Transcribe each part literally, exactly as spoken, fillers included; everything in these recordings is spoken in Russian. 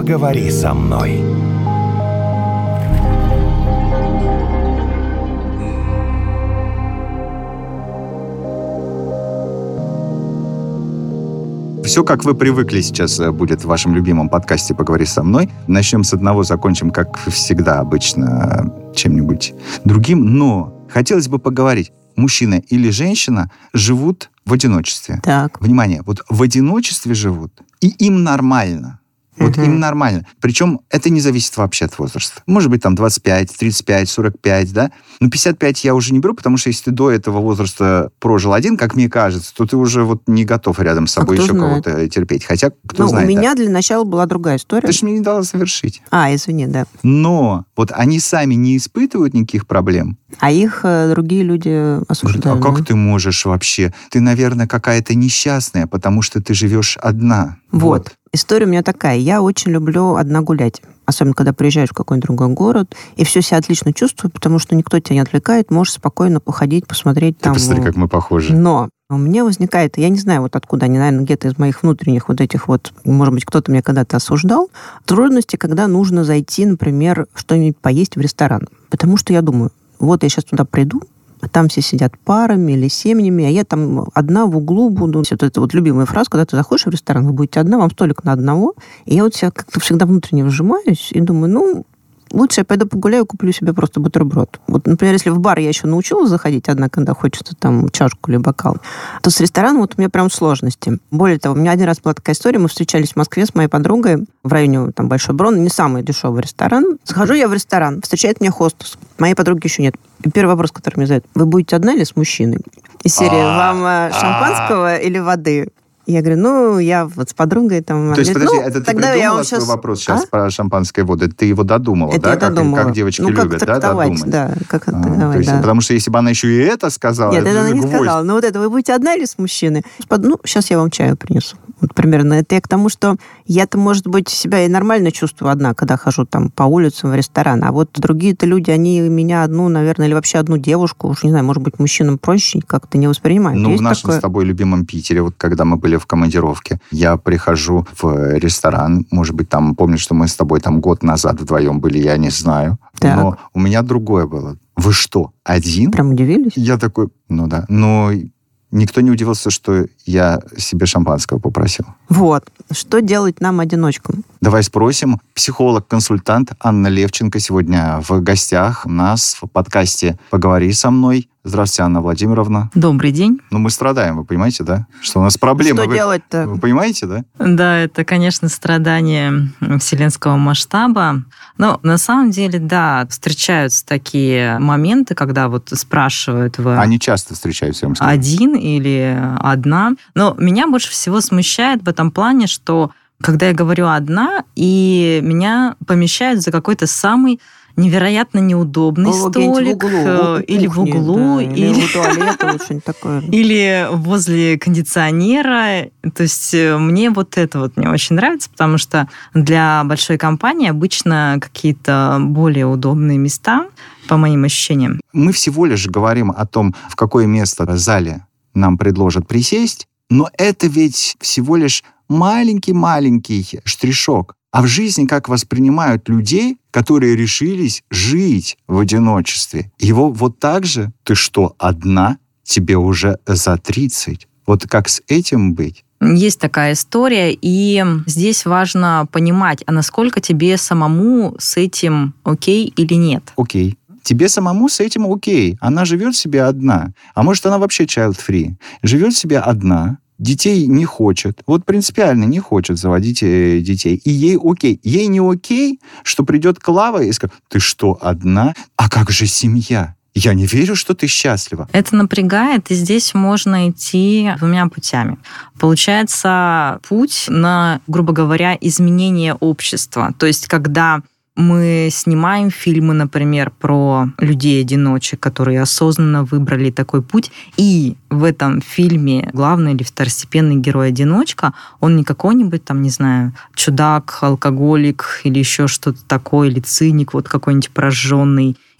поговори со мной. Все, как вы привыкли, сейчас будет в вашем любимом подкасте «Поговори со мной». Начнем с одного, закончим, как всегда, обычно, чем-нибудь другим. Но хотелось бы поговорить. Мужчина или женщина живут в одиночестве. Так. Внимание, вот в одиночестве живут, и им нормально. Вот uh-huh. им нормально. Причем это не зависит вообще от возраста. Может быть, там двадцать пять, тридцать пять, сорок пять, да? Но пятьдесят пять я уже не беру, потому что если ты до этого возраста прожил один, как мне кажется, то ты уже вот не готов рядом с собой а еще знает? Кого-то терпеть. Хотя, кто ну, знает. У меня да? для начала была другая история. Ты же мне не дала завершить. А, извини, да. Но вот они сами не испытывают никаких проблем. А их э, другие люди осуждают. А как ты можешь вообще? Ты, наверное, какая-то несчастная, потому что ты живешь одна. Вот. вот. История у меня такая. Я очень люблю одна гулять. Особенно, когда приезжаешь в какой-нибудь другой город, и все себя отлично чувствую, потому что никто тебя не отвлекает, можешь спокойно походить, посмотреть. Ты там. посмотри, как мы похожи. Но у меня возникает, я не знаю, вот откуда они, наверное, где-то из моих внутренних вот этих вот, может быть, кто-то меня когда-то осуждал, трудности, когда нужно зайти, например, что-нибудь поесть в ресторан. Потому что я думаю, вот я сейчас туда приду, а там все сидят парами или семьями, а я там одна в углу буду. Вот это вот любимая фраза, когда ты заходишь в ресторан, вы будете одна, вам столик на одного. И я вот себя как-то всегда внутренне вжимаюсь и думаю, ну, лучше я пойду погуляю, куплю себе просто бутерброд. Вот, например, если в бар я еще научилась заходить одна, когда хочется там чашку или бокал, то с рестораном вот у меня прям сложности. Более того, у меня один раз была такая история, мы встречались в Москве с моей подругой в районе там Большой Брон, не самый дешевый ресторан. Захожу я в ресторан, встречает меня хостес. Моей подруги еще нет. И первый вопрос, который мне задают: вы будете одна или с мужчиной? Из серии «Вам шампанского или воды?» Я говорю, ну, я вот с подругой там... То есть, говорит, подожди, ну, это ты тогда придумала я свой сейчас... вопрос сейчас а? про шампанское воды? Ты его додумала, это да? Я как, додумала. как девочки ну, любят, как да, додумать? Да, как это а, трактовать, есть, да. Потому что если бы она еще и это сказала... Нет, это, это она не гвоздь. сказала. Ну, вот это, вы будете одна или с мужчиной? Ну, сейчас я вам чаю принесу. Вот примерно. Это я к тому, что я-то, может быть, себя и нормально чувствую одна, когда хожу там по улицам в ресторан, а вот другие-то люди, они меня одну, наверное, или вообще одну девушку, уж не знаю, может быть, мужчинам проще как-то не воспринимают. Ну, Есть в нашем такое? с тобой любимом Питере, вот когда мы были в командировке, я прихожу в ресторан, может быть, там, помню, что мы с тобой там год назад вдвоем были, я не знаю, так. но у меня другое было. Вы что, один? Прям удивились? Я такой, ну да, но... Никто не удивился, что я себе шампанского попросил. Вот. Что делать нам, одиночкам? Давай спросим. Психолог-консультант Анна Левченко сегодня в гостях у нас в подкасте «Поговори со мной». Здравствуйте, Анна Владимировна. Добрый день. Ну, мы страдаем, вы понимаете, да? Что у нас проблемы. Что вы, делать-то? Вы понимаете, да? Да, это, конечно, страдания вселенского масштаба. Но на самом деле, да, встречаются такие моменты, когда вот спрашивают вы... Они часто встречаются, я вам скажу. Один или одна. Но меня больше всего смущает в этом плане, что когда я говорю «одна», и меня помещают за какой-то самый невероятно неудобный О, столик, в углу, или кухне, в углу, да, или, или у туалета, что-нибудь такое. Или возле кондиционера. То есть мне вот это вот не очень нравится, потому что для большой компании обычно какие-то более удобные места, по моим ощущениям. Мы всего лишь говорим о том, в какое место в зале нам предложат присесть, но это ведь всего лишь маленький-маленький штришок. А в жизни как воспринимают людей, которые решились жить в одиночестве? Его вот так же? Ты что, одна? Тебе уже за тридцать. Вот как с этим быть? Есть такая история, и здесь важно понимать, а насколько тебе самому с этим окей или нет. Окей. Тебе самому с этим окей. Она живет себе одна. А может, она вообще child-free. Живет себе одна, детей не хочет. Вот принципиально не хочет заводить э, детей. И ей окей. Ей не окей, что придет Клава и скажет: ты что, одна? А как же семья? Я не верю, что ты счастлива. Это напрягает, и здесь можно идти двумя путями. Получается, путь на, грубо говоря, изменение общества. То есть, когда мы снимаем фильмы, например, про людей-одиночек, которые осознанно выбрали такой путь, и в этом фильме главный или второстепенный герой-одиночка, он не какой-нибудь там, не знаю, чудак, алкоголик или еще что-то такое, или циник вот какой-нибудь прожженный,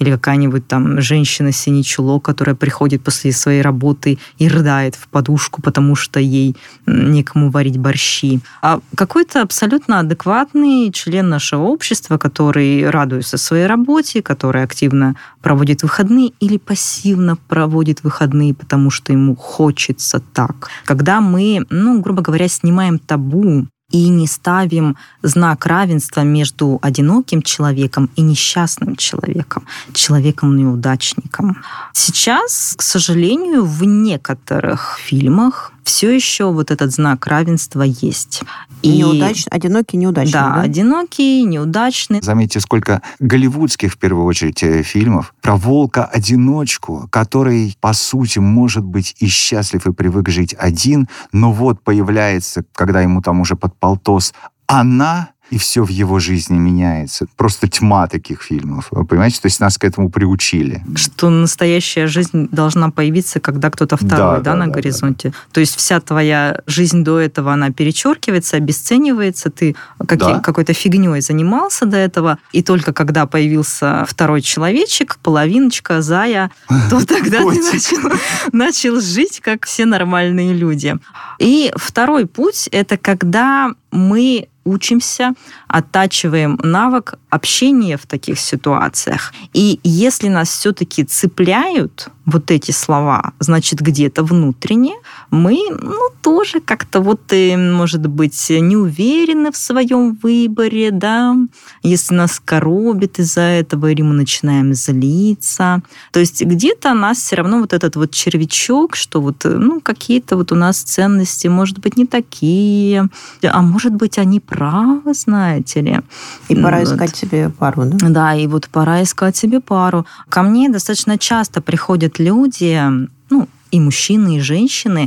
или какая-нибудь там женщина-синий чулок, которая приходит после своей работы и рыдает в подушку, потому что ей некому варить борщи. А какой-то абсолютно адекватный член нашего общества, который радуется своей работе, который активно проводит выходные или пассивно проводит выходные, потому что ему хочется так. Когда мы, ну, грубо говоря, снимаем табу и не ставим знак равенства между одиноким человеком и несчастным человеком, человеком-неудачником. Сейчас, к сожалению, в некоторых фильмах все еще вот этот знак равенства есть. И неудач... одинокий, неудачный. Да, да, одинокий, неудачный. Заметьте, сколько голливудских, в первую очередь, фильмов про волка-одиночку, который, по сути, может быть и счастлив, и привык жить один, но вот появляется, когда ему там уже под полтос, она, и все в его жизни меняется. Просто тьма таких фильмов. Вы понимаете? То есть нас к этому приучили. Что настоящая жизнь должна появиться, когда кто-то второй, да, да, да, на да, горизонте. Да. То есть вся твоя жизнь до этого, она перечеркивается, обесценивается, ты каким, да. какой-то фигней занимался до этого, и только когда появился второй человечек, половиночка, зая, то тогда ты начал, начал жить, как все нормальные люди. И второй путь — это когда мы учимся, оттачиваем навык общения в таких ситуациях. И если нас все-таки цепляют вот эти слова, значит, где-то внутренне мы, ну, тоже как-то вот, может быть, не уверены в своем выборе, да, если нас коробит из-за этого, или мы начинаем злиться. То есть где-то нас все равно вот этот вот червячок, что вот, ну, какие-то вот у нас ценности, может быть, не такие, а может быть, они правы, знаете ли. И пора вот. искать себе пару, да? Да, и вот пора искать себе пару. Ко мне достаточно часто приходят люди, ну, и мужчины, и женщины,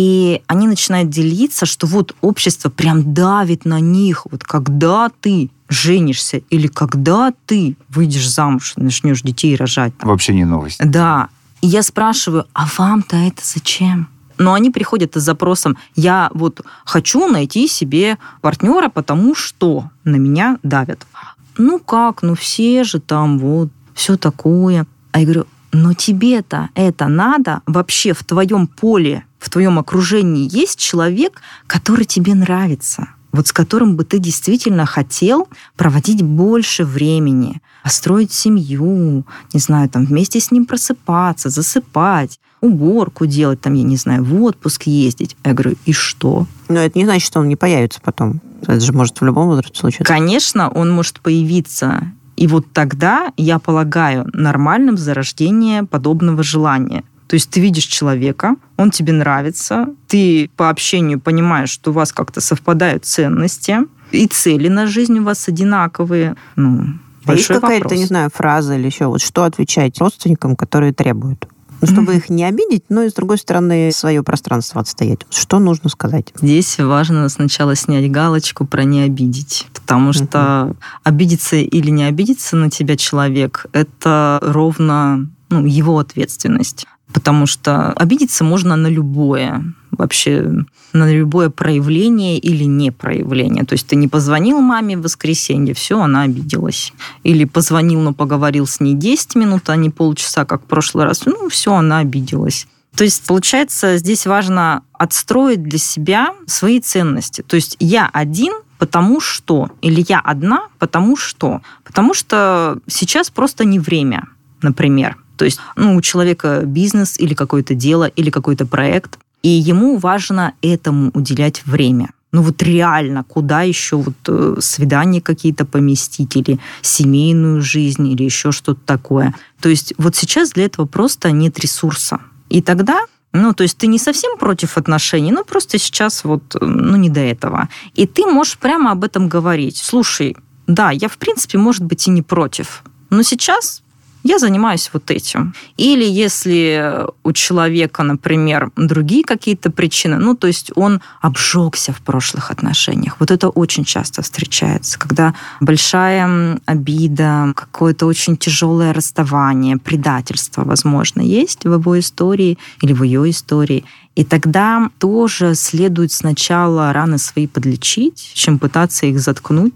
и они начинают делиться, что вот общество прям давит на них, вот когда ты женишься или когда ты выйдешь замуж, начнешь детей рожать. Вообще не новость. Да. И я спрашиваю, а вам-то это зачем? Но они приходят с запросом, я вот хочу найти себе партнера, потому что на меня давят. Ну как, ну все же там вот, все такое. А я говорю, но тебе-то это надо? Вообще в твоем поле, в твоем окружении есть человек, который тебе нравится? Вот с которым бы ты действительно хотел проводить больше времени, построить семью, не знаю, там вместе с ним просыпаться, засыпать, уборку делать, там, я не знаю, в отпуск ездить. Я говорю, и что? Но это не значит, что он не появится потом. Это же может в любом возрасте случиться. Конечно, он может появиться. И вот тогда, я полагаю, нормальным зарождение подобного желания. То есть ты видишь человека, он тебе нравится, ты по общению понимаешь, что у вас как-то совпадают ценности, и цели на жизнь у вас одинаковые. Ну, а есть какая-то, не знаю, фраза или еще, вот что отвечать родственникам, которые требуют? Ну, чтобы mm-hmm. их не обидеть, но и, с другой стороны, свое пространство отстоять. Что нужно сказать? Здесь важно сначала снять галочку про «не обидеть». Потому что mm-hmm. обидеться или не обидеться на тебя человек — это ровно, ну, его ответственность. Потому что обидеться можно на любое, вообще на любое проявление или не проявление. То есть ты не позвонил маме в воскресенье, все, она обиделась. Или позвонил, но поговорил с ней десять минут, а не полчаса, как в прошлый раз. Ну, все, она обиделась. То есть, получается, здесь важно отстроить для себя свои ценности. То есть я один, потому что, или я одна, потому что. Потому что сейчас просто не время, например. То есть, ну, у человека бизнес или какое-то дело, или какой-то проект, и ему важно этому уделять время. Ну вот реально, куда еще вот свидания какие-то поместить, или семейную жизнь, или еще что-то такое. То есть вот сейчас для этого просто нет ресурса. И тогда, ну, то есть ты не совсем против отношений, но просто сейчас вот, ну, не до этого. И ты можешь прямо об этом говорить. Слушай, да, я, в принципе, может быть, и не против, но сейчас я занимаюсь вот этим. Или если у человека, например, другие какие-то причины, ну, то есть он обжегся в прошлых отношениях. Вот это очень часто встречается, когда большая обида, какое-то очень тяжелое расставание, предательство, возможно, есть в его истории или в ее истории. И тогда тоже следует сначала раны свои подлечить, чем пытаться их заткнуть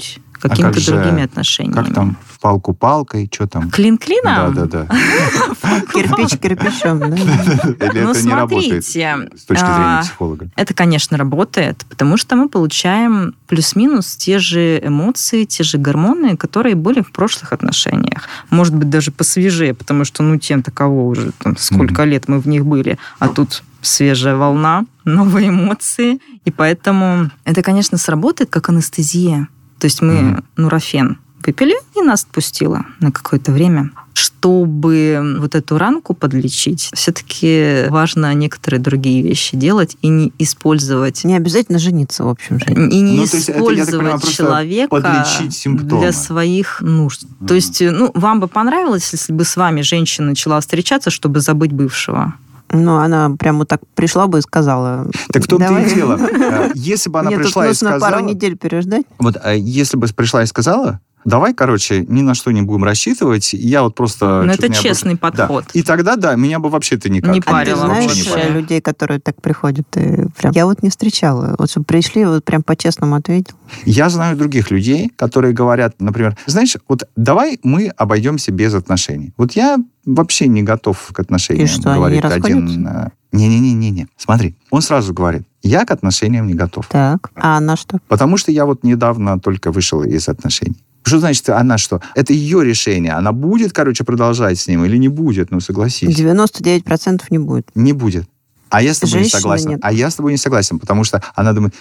как какими-то же, другими отношениями. Как там? Палку палкой? Что там? Клин клином? Да-да-да. Кирпич кирпичом, да? Или Ну, это не работает смотрите, с точки зрения а, психолога? Это, конечно, работает, потому что мы получаем плюс-минус те же эмоции, те же гормоны, которые были в прошлых отношениях. Может быть, даже посвежее, потому что, ну, тем таково уже, там, сколько mm-hmm. лет мы в них были, а тут свежая волна, новые эмоции. И поэтому это, конечно, сработает как анестезия. То есть мы mm-hmm. нурофен выпили, и нас отпустило на какое-то время. Чтобы вот эту ранку подлечить, все-таки важно некоторые другие вещи делать и не использовать... Не обязательно жениться, в общем же. И не ну, использовать это, понимаю, человека для своих нужд. Mm-hmm. То есть, ну, вам бы понравилось, если бы с вами женщина начала встречаться, чтобы забыть бывшего? Ну, она прямо вот так пришла бы и сказала... Так в том-то и дело. Если бы она Мне пришла и сказала... Мне тут нужно пару недель переждать. Вот, если бы пришла и сказала... Давай, короче, ни на что не будем рассчитывать. Я вот просто... Ну, это честный обуж... подход. Да. И тогда, да, меня бы вообще это никак не парило. А ты знаешь не парило. людей, которые так приходят? И прям... Я вот не встречала. Вот чтобы пришли, вот прям по-честному ответил. Я знаю других людей, которые говорят, например, знаешь, вот давай мы обойдемся без отношений. Вот я вообще не готов к отношениям. И что, говорит они не один... Не-не-не-не. Смотри, он сразу говорит, я к отношениям не готов. Так, а она что? Потому что я вот недавно только вышел из отношений. Что значит она что? Это ее решение. Она будет, короче, продолжать с ним или не будет? Ну, согласись. девяносто девять процентов не будет. Не будет. А я с тобой Женщина не согласен. нет. А я с тобой не согласен, потому что она думает...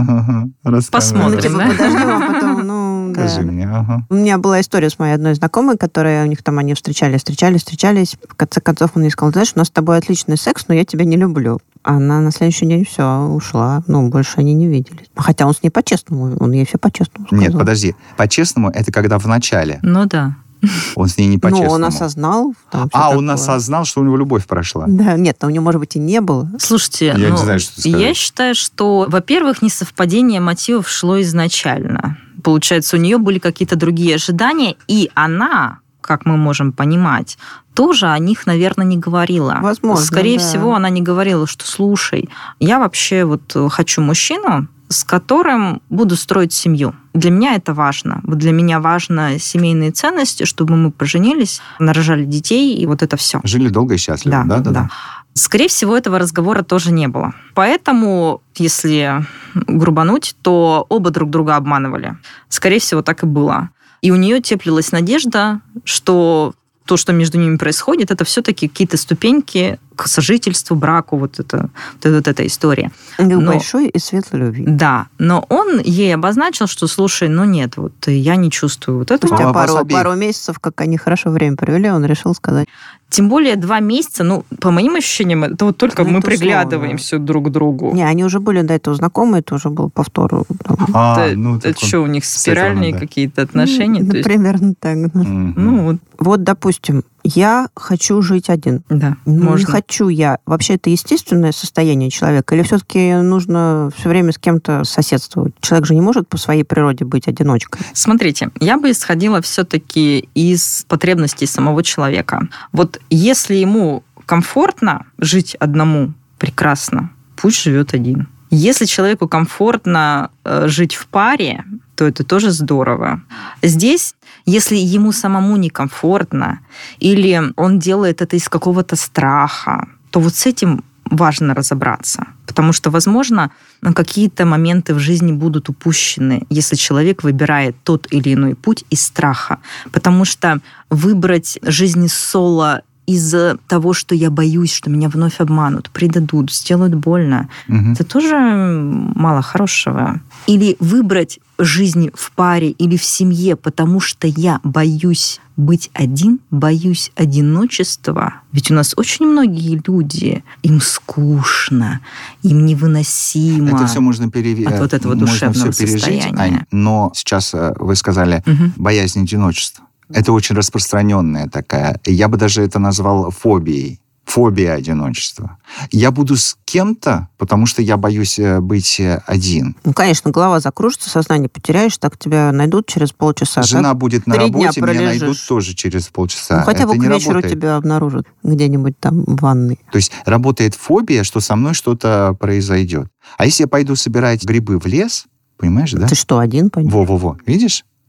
Посмотрим. Ну, типа, подождем, а потом, ну, да. Скажи мне, ага. У меня была история с моей одной знакомой, которая у них там, они встречались, встречались, встречались. В конце концов он ей сказал, знаешь, у нас с тобой отличный секс, но я тебя не люблю. Она на следующий день все, ушла. Ну, больше они не виделись. Хотя он с ней по-честному, он ей все по-честному сказал. Нет, подожди. По-честному, это когда в начале. Ну, да. Он с ней не по-честному. Ну, он осознал. Там, а, такое. он осознал, что у него любовь прошла. Да, нет, у него, может быть, и не было. Слушайте, я ну, не знаю, что сказать. Я считаю, что, во-первых, несовпадение мотивов шло изначально. Получается, у нее были какие-то другие ожидания, и она, как мы можем понимать, тоже о них, наверное, не говорила. Возможно, Скорее да. всего, она не говорила, что, слушай, я вообще вот хочу мужчину, с которым буду строить семью. Для меня это важно. Вот для меня важно семейные ценности, чтобы мы поженились, нарожали детей, и вот это все. Жили долго и счастливо. Да, Да, да, да. да. Скорее всего, этого разговора тоже не было. Поэтому, если грубануть, то оба друг друга обманывали. Скорее всего, так и было. И у нее теплилась надежда, что то, что между ними происходит, это все-таки какие-то ступеньки к сожительству, браку, вот, это, вот, это, вот эта история. Но, но, большой и светлой любви. Да, но он ей обозначил, что, слушай, ну нет, вот я не чувствую вот этого. Спустя А пару, обеих. пару месяцев, как они хорошо время провели, он решил сказать. Тем более два месяца, ну, по моим ощущениям, это вот только Ну, мы это приглядываемся друг к другу. Не, они уже были до этого знакомы, это уже был повтор. А, это ну, это так он- что, у них спиральные стороны, да. какие-то отношения? Ну, То есть, примерно так. да. Мгм. ну, вот, Вот, допустим, я хочу жить один. да, Ну, можно. не хочу я. Вообще, это естественное состояние человека? Или все-таки нужно все время с кем-то соседствовать? Человек же не может по своей природе быть одиночкой. Смотрите, я бы исходила все-таки из потребностей самого человека. Вот если ему комфортно жить одному, прекрасно, пусть живет один. Если человеку комфортно э, жить в паре, то это тоже здорово. Здесь, если ему самому некомфортно, или он делает это из какого-то страха, то вот с этим важно разобраться. Потому что, возможно, какие-то моменты в жизни будут упущены, если человек выбирает тот или иной путь из страха. Потому что выбрать жизнь соло из-за того, что я боюсь, что меня вновь обманут, предадут, сделают больно, Мгм. это тоже мало хорошего. Или выбрать жизнь в паре или в семье, потому что я боюсь быть один, боюсь одиночества. Ведь у нас очень многие люди, им скучно, им невыносимо. Это все можно перевести. От вот этого душевного состояния. Ань, но сейчас э, вы сказали Мгм. боязнь одиночества. Это очень распространенная такая. Я бы даже это назвал фобией. Фобия одиночества. Я буду с кем-то, потому что я боюсь э, быть э, один. Ну, конечно, голова закружится, сознание потеряешь, так тебя найдут через полчаса. Жена так? будет на три дня работе, меня пролежишь. найдут тоже через полчаса. Ну, хотя это бы к не вечеру работает. тебя обнаружат где-нибудь там в ванной. То есть работает фобия, что со мной что-то произойдет. А если я пойду собирать грибы в лес, понимаешь, да? Ты что, один пойдешь? Во-во-во. Видишь?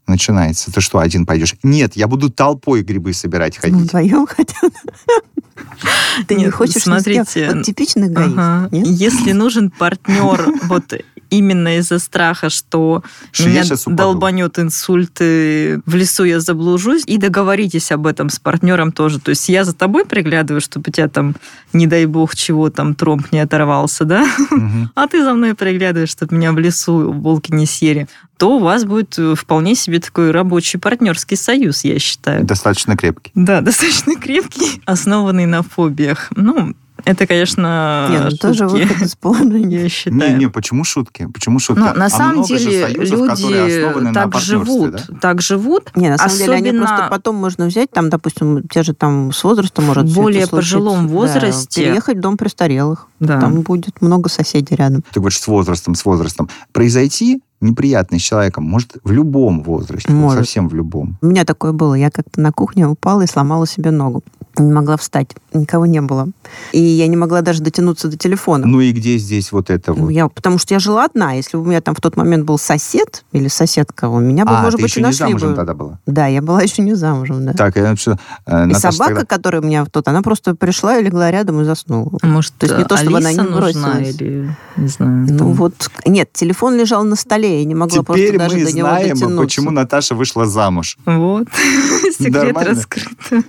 начинается. Ты что, один пойдешь? Нет, я буду толпой грибы собирать ходить. Ну, вдвоем хотя бы. Ты не хочешь смотрите, вот типичный эгоист, ага. Если нужен партнер вот именно из-за страха, что, что меня долбанет инсульт, и в лесу я заблужусь, и договоритесь об этом с партнером тоже. То есть я за тобой приглядываю, чтобы у тебя там, не дай бог, чего там тромб не оторвался, да? Угу. А ты за мной приглядываешь, чтобы меня в лесу волки не съели. То у вас будет вполне себе такой рабочий партнерский союз, я считаю. Достаточно крепкий. Да, достаточно крепкий, основанный на фобиях. Ну, это, конечно, Нет, ну, тоже выход из положения, я считаю. Не, не, почему шутки? Почему шутки? Но, на а самом деле союзов, люди так живут, да? так живут. Не, на самом особенно... деле они просто потом можно взять, там, допустим, те же там с возраста может в более пожилом возрасте. Да, переехать в дом престарелых. Да. Там будет много соседей рядом. Ты говоришь, с возрастом, с возрастом. Произойти неприятный с человеком может в любом возрасте, может. Совсем в любом. У меня такое было. Я как-то на кухне упала и сломала себе ногу. Не могла встать. Никого не было. И я не могла даже дотянуться до телефона. Ну и где здесь вот это вот? Я, потому что я жила одна. Если бы у меня там в тот момент был сосед или соседка, у меня бы, а, может ты быть, еще и не нашли замужем бы. тогда была? Да, я была еще не замужем, да. Так, я что, э, и Наташа, собака, тогда... которая у меня тут, она просто пришла и легла рядом и заснула. Может, то есть не то, чтобы Алиса она не нужна бросилась. или, не знаю. Ну там... вот, нет, телефон лежал на столе, я не могла Теперь просто даже мы до него знаем, дотянуться. почему Наташа вышла замуж. Вот, секрет Нормально? раскрыт.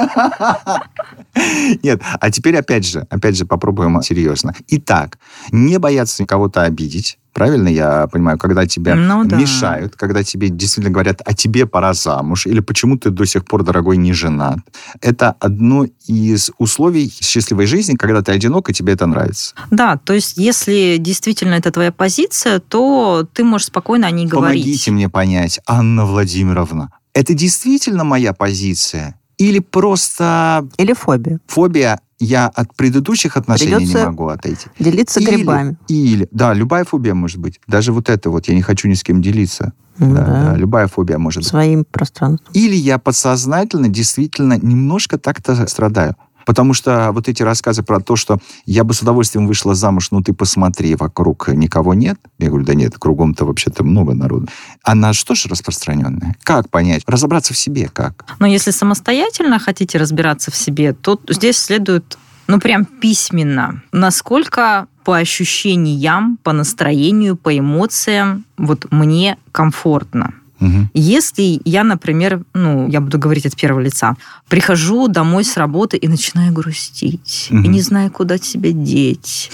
Нет, а теперь опять же, опять же попробуем серьезно. Итак, не бояться кого-то обидеть. Правильно я понимаю, когда тебя ну, да. мешают, когда тебе действительно говорят, а тебе пора замуж, или почему ты до сих пор, дорогой, не женат. Это одно из условий счастливой жизни, когда ты одинок, и тебе это нравится. Да, то есть если действительно это твоя позиция, то ты можешь спокойно о ней говорить. Помогите мне понять, Анна Владимировна, это действительно моя позиция? Или просто... Или фобия. Фобия, я от предыдущих отношений Придется не могу отойти. Делиться или, грибами. Или, да, любая фобия может быть. Даже вот это вот, я не хочу ни с кем делиться. Ну, да, да. Да, любая фобия может быть. Своим пространством. Или я подсознательно действительно немножко так-то страдаю. Потому что вот эти рассказы про то, что я бы с удовольствием вышла замуж, но ты посмотри, вокруг никого нет. Я говорю, да нет, кругом-то вообще-то много народу. Она что же распространенная? Как понять? Разобраться в себе как? Но если самостоятельно хотите разбираться в себе, то здесь следует, ну, прям письменно, насколько по ощущениям, по настроению, по эмоциям вот мне комфортно. Угу. Если я, например, ну, я буду говорить от первого лица, прихожу домой с работы и начинаю грустить, угу. и не знаю, куда себя деть,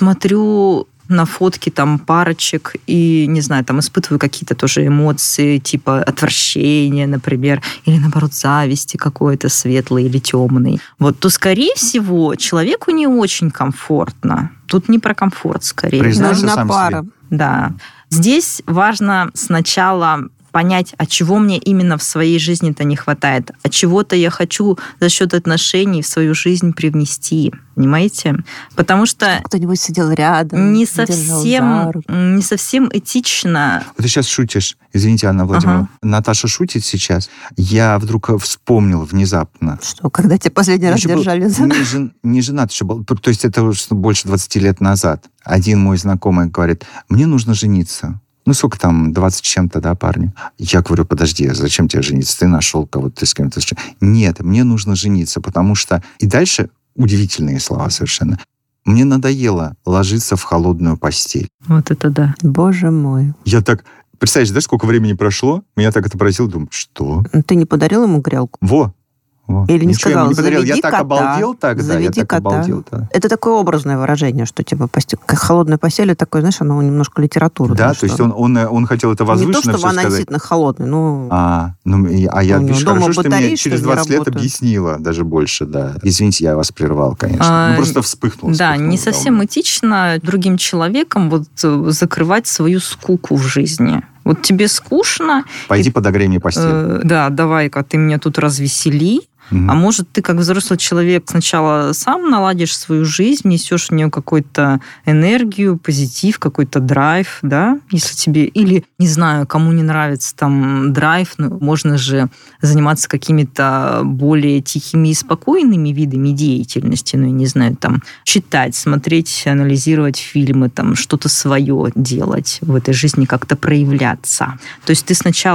смотрю на фотки там парочек и, не знаю, там испытываю какие-то тоже эмоции, типа отвращения, например, или, наоборот, зависти какой-то светлый или темный, вот, то, скорее всего, человеку не очень комфортно. Тут не про комфорт, скорее. Признаться Нужна сам пара. себе. Да. Здесь важно сначала понять, а чего мне именно в своей жизни-то не хватает, а чего-то я хочу за счет отношений в свою жизнь привнести, понимаете? Потому что кто-нибудь сидел рядом, не держал совсем, за руку. не совсем этично. Вот ты сейчас шутишь. Извините, Анна Владимировна. Ага. Наташа шутит сейчас. Я вдруг вспомнил внезапно. Что, когда тебя последний раз Еще был держали за не, жен, не женат еще был. То есть это уже больше двадцати лет назад. Один мой знакомый говорит, мне нужно жениться. Ну, сколько там, двадцать с чем-то, да, парню? Я говорю, подожди, зачем тебе жениться? Ты нашел кого-то, ты с кем-то... Нет, мне нужно жениться, потому что... И дальше удивительные слова совершенно. Мне надоело ложиться в холодную постель. Вот это да. Боже мой. Я так... Представляешь, да, сколько времени прошло? Меня так это поразило. Думаю, что? Ты не подарил ему грелку? Во! Во. Или не Ничего сказал, я не подарил. заведи Я так кота, обалдел тогда. заведи я так кота. обалдел тогда. Это такое образное выражение, что типа постель, холодная постель, это такое, знаешь, оно немножко литература. Да, то есть он, он, он хотел это возвышенно не то, чтобы все она сказать. действительно холодная, но... А, ну, и- а я, Ну, видишь, дома хорошо, что ты мне батареи, через что ли, двадцать лет работают? объяснила, даже больше, да. Извините, я вас прервал, конечно. А, ну, просто вспыхнул. Да, вспыхнул, не да, совсем у меня. этично другим человеком вот закрывать свою скуку в жизни. Вот тебе скучно. Пойди и, подогрей мне постель. э, да, давай-ка ты меня тут развесели. Мгм. А может, ты как взрослый человек сначала сам наладишь свою жизнь, несешь в нее какую-то энергию, позитив, какой-то драйв, да, если тебе... Или, не знаю, кому не нравится там драйв, ну, можно же заниматься какими-то более тихими и спокойными видами деятельности, ну, я не знаю, там, читать, смотреть, анализировать фильмы, там, что-то свое делать в этой жизни, как-то проявляться. То есть ты сначала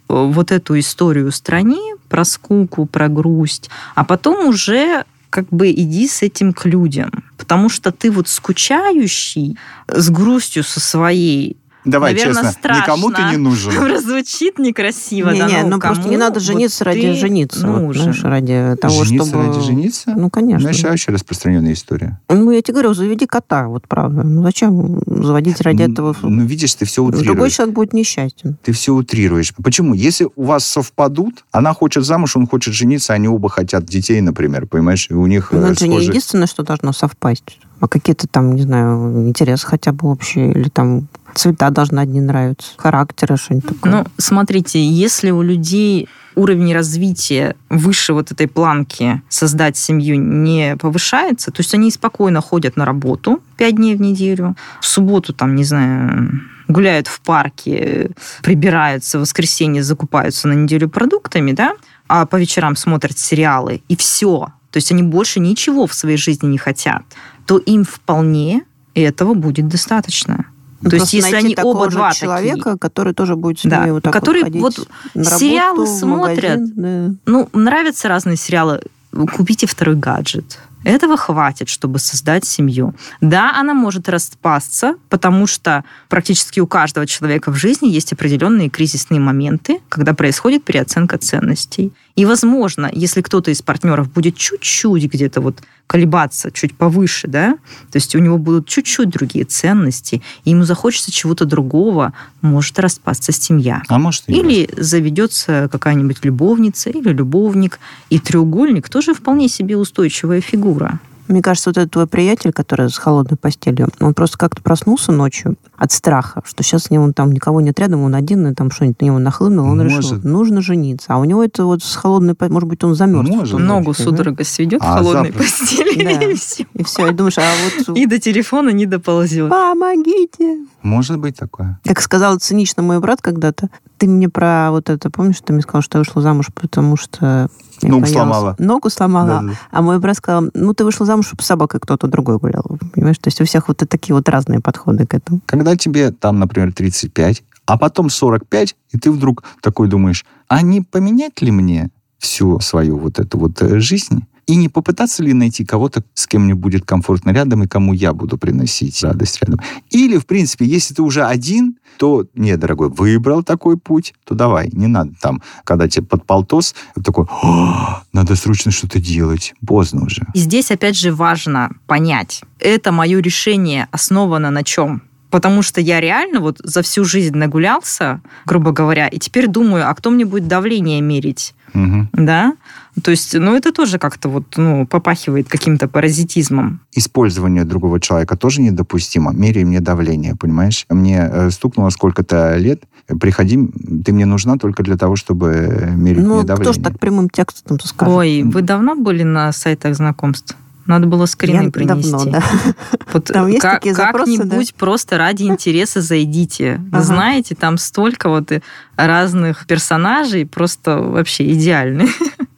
вот эту историю страни, про скуку, про грусть, а потом уже как бы иди с этим к людям. Потому что ты вот скучающий, с грустью со своей, Давай, наверное, честно, страшно. Никому ты не нужен. Прозвучит некрасиво. Не, да, не, ну, ну просто не надо жениться вот ради жениться. Вот, знаешь, ради того, жениться чтобы... ради жениться? Ну, конечно. Знаешь, вообще распространенная история. Ну, я тебе говорю, заведи кота, вот правда. Ну, зачем заводить ради этого? Ну, видишь, ты все утрируешь. Другой человек будет несчастен. Ты все утрируешь. Почему? Если у вас совпадут, она хочет замуж, он хочет жениться, они оба хотят детей, например, понимаешь? И у них Но это же не схожи... единственное, что должно совпасть. А какие-то там, не знаю, интересы хотя бы общие, или там цвета должны одни нравиться, характеры, что-нибудь такое. Ну, смотрите, если у людей уровень развития выше вот этой планки создать семью не повышается, то есть они спокойно ходят на работу пять дней в неделю, в субботу там, не знаю, гуляют в парке, прибираются, в воскресенье закупаются на неделю продуктами, да, а по вечерам смотрят сериалы, и все. То есть они больше ничего в своей жизни не хотят, то им вполне этого будет достаточно. Ну, то есть если они оба два человека, такие, который тоже будет с ними да, вот так который вот ходить вот на работу, сериалы в смотрят, магазин, да. ну, нравятся разные сериалы, купите второй гаджет. Этого хватит, чтобы создать семью. Да, она может распасться, потому что практически у каждого человека в жизни есть определенные кризисные моменты, когда происходит переоценка ценностей. И, возможно, если кто-то из партнеров будет чуть-чуть где-то вот колебаться, чуть повыше, да, то есть у него будут чуть-чуть другие ценности, и ему захочется чего-то другого, может распасться семья. А может и Или заведется какая-нибудь любовница или любовник, и треугольник тоже вполне себе устойчивая фигура. Мне кажется, вот этот твой приятель, который с холодной постелью, он просто как-то проснулся ночью от страха, что сейчас с ним там никого нет рядом, он один, и там что-нибудь на него нахлынуло, он Может. решил, нужно жениться. А у него это вот с холодной постелью, может быть, он замерз. Может. Ногу судорога сведет А, в холодной запросто. постели, Да. и все. И все, и думаешь, а вот... И до телефона не доползет. Помогите! Может быть такое. Как сказал цинично мой брат когда-то, ты мне про вот это, помнишь, ты мне сказал, что я вышла замуж, потому что... я Ногу боялась. сломала. Ногу сломала. Да-да. А мой брат сказал, ну, ты вышла замуж, чтобы с собакой кто-то другой гулял. Понимаешь? То есть у всех вот такие вот разные подходы к этому. Когда тебе там, например, тридцать пять, а потом сорок пять, и ты вдруг такой думаешь, а не поменять ли мне всю свою вот эту вот э, жизнь? И не попытаться ли найти кого-то, с кем мне будет комфортно рядом, и кому я буду приносить радость рядом? Или, в принципе, если ты уже один, то, не, дорогой, выбрал такой путь, то давай, не надо там, когда тебе под полтос, такой, надо срочно что-то делать, поздно уже. И здесь, опять же, важно понять, это мое решение основано на чем? Потому что я реально вот за всю жизнь нагулялся, грубо говоря, и теперь думаю, а кто мне будет давление мерить? Угу. Да? То есть, ну, это тоже как-то вот, ну, попахивает каким-то паразитизмом. Использование другого человека тоже недопустимо. Меряй мне давление, понимаешь? Мне э, стукнуло сколько-то лет, приходи, ты мне нужна только для того, чтобы мерить Ну, мне давление. кто ж так прямым текстом скажет? Ой, вы давно были на сайтах знакомств? Надо было скрины Я принести. давно, да. Вот Там есть как, такие запросы, как-нибудь просто ради интереса зайдите. Вы Ага. знаете, там столько вот и разных персонажей, просто вообще идеальные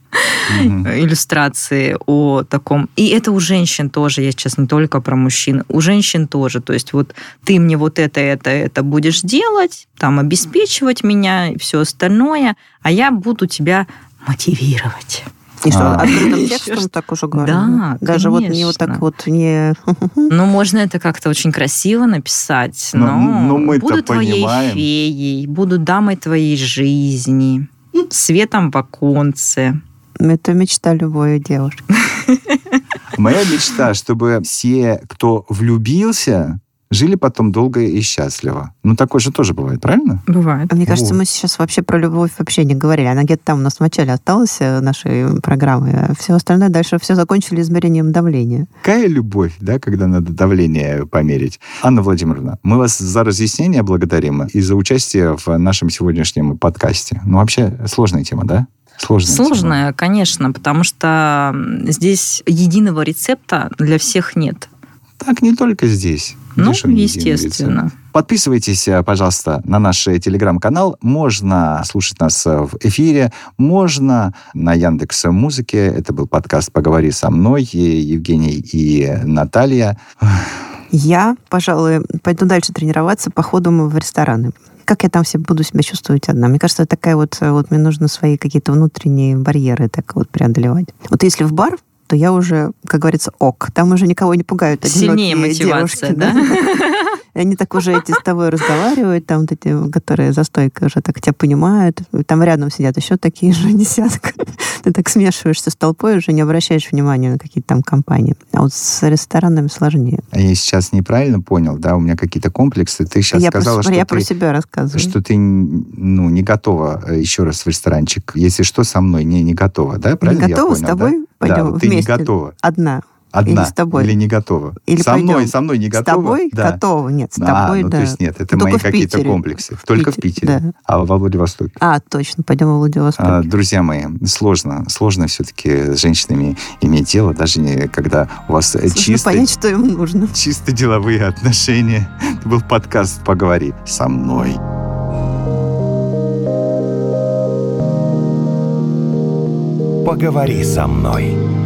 Мгм. иллюстрации о таком. И это у женщин тоже, я сейчас не только про мужчин, у женщин тоже. То есть вот ты мне вот это, это, это будешь делать, там обеспечивать меня и все остальное, а я буду тебя мотивировать. И что, А. открытым Ещё текстом что? так уже говорю? Да, Даже вот не вот так конечно. вот не... Ну, можно это как-то очень красиво написать, Но- но, но мы-то буду твоей понимаем. феей, буду дамой твоей жизни, светом в оконце. Это мечта любой девушки. Моя мечта, чтобы все, кто влюбился, жили потом долго и счастливо. Ну, такое же тоже бывает, правильно? Бывает. А Мне кажется, Вот. мы сейчас вообще про любовь вообще не говорили. Она где-то там у нас в начале осталась э, нашей программы, а все остальное дальше все закончили измерением давления. Какая любовь, да, когда надо давление померить. Анна Владимировна, мы вас за разъяснение благодарим и за участие в нашем сегодняшнем подкасте. Ну, вообще, сложная тема, да? Сложная тема. Сложная, конечно, потому что здесь единого рецепта для всех нет. Так не только здесь. Ну, Где ж он единый естественно. рецепт? Подписывайтесь, э, пожалуйста, на наш э, телеграм-канал. Можно слушать нас э, в эфире, можно на Яндекс.Музыке. Это был подкаст «Поговори со мной», и Евгений и Наталья. Я, пожалуй, пойду дальше тренироваться походом в рестораны. как я там все буду себя чувствовать одна? Мне кажется, такая вот, вот мне нужно свои какие-то внутренние барьеры так вот преодолевать. Вот если в бар, то я уже, как говорится, ок. Там уже никого не пугают одинокие Сильнее мотивация, девушки, да? И они так уже эти с тобой разговаривают, там вот эти, которые за стойкой уже так тебя понимают. Там рядом сидят еще такие же десятка. Ты так смешиваешься с толпой, уже не обращаешь внимания на какие-то там компании. А вот с ресторанами сложнее. Я сейчас неправильно понял, да, у меня какие-то комплексы. Ты сейчас я сказала, про, что я ты, про себя рассказываю. что ты ну, не готова еще раз в ресторанчик. Если что, со мной не, не готова, да? Правильно не готова я понял, с тобой? Да? Пойдем да, вот ты вместе. Не готова. Одна. Одна. Или с тобой. Или не готова. Или со пойдем. мной, со мной не готова. С тобой да. готова. Нет, с тобой, а, ну, да. то есть нет, это Только мои в какие-то Питере. комплексы. В Только Питере, в Питере. да. А во Владивостоке? А, точно, пойдем во Владивосток. А, друзья мои, сложно. Сложно все-таки с женщинами иметь дело, даже не, когда у вас Сложно чисто... понять, что им нужно. Чисто деловые отношения. Это был подкаст «Поговори со мной». Поговори со мной.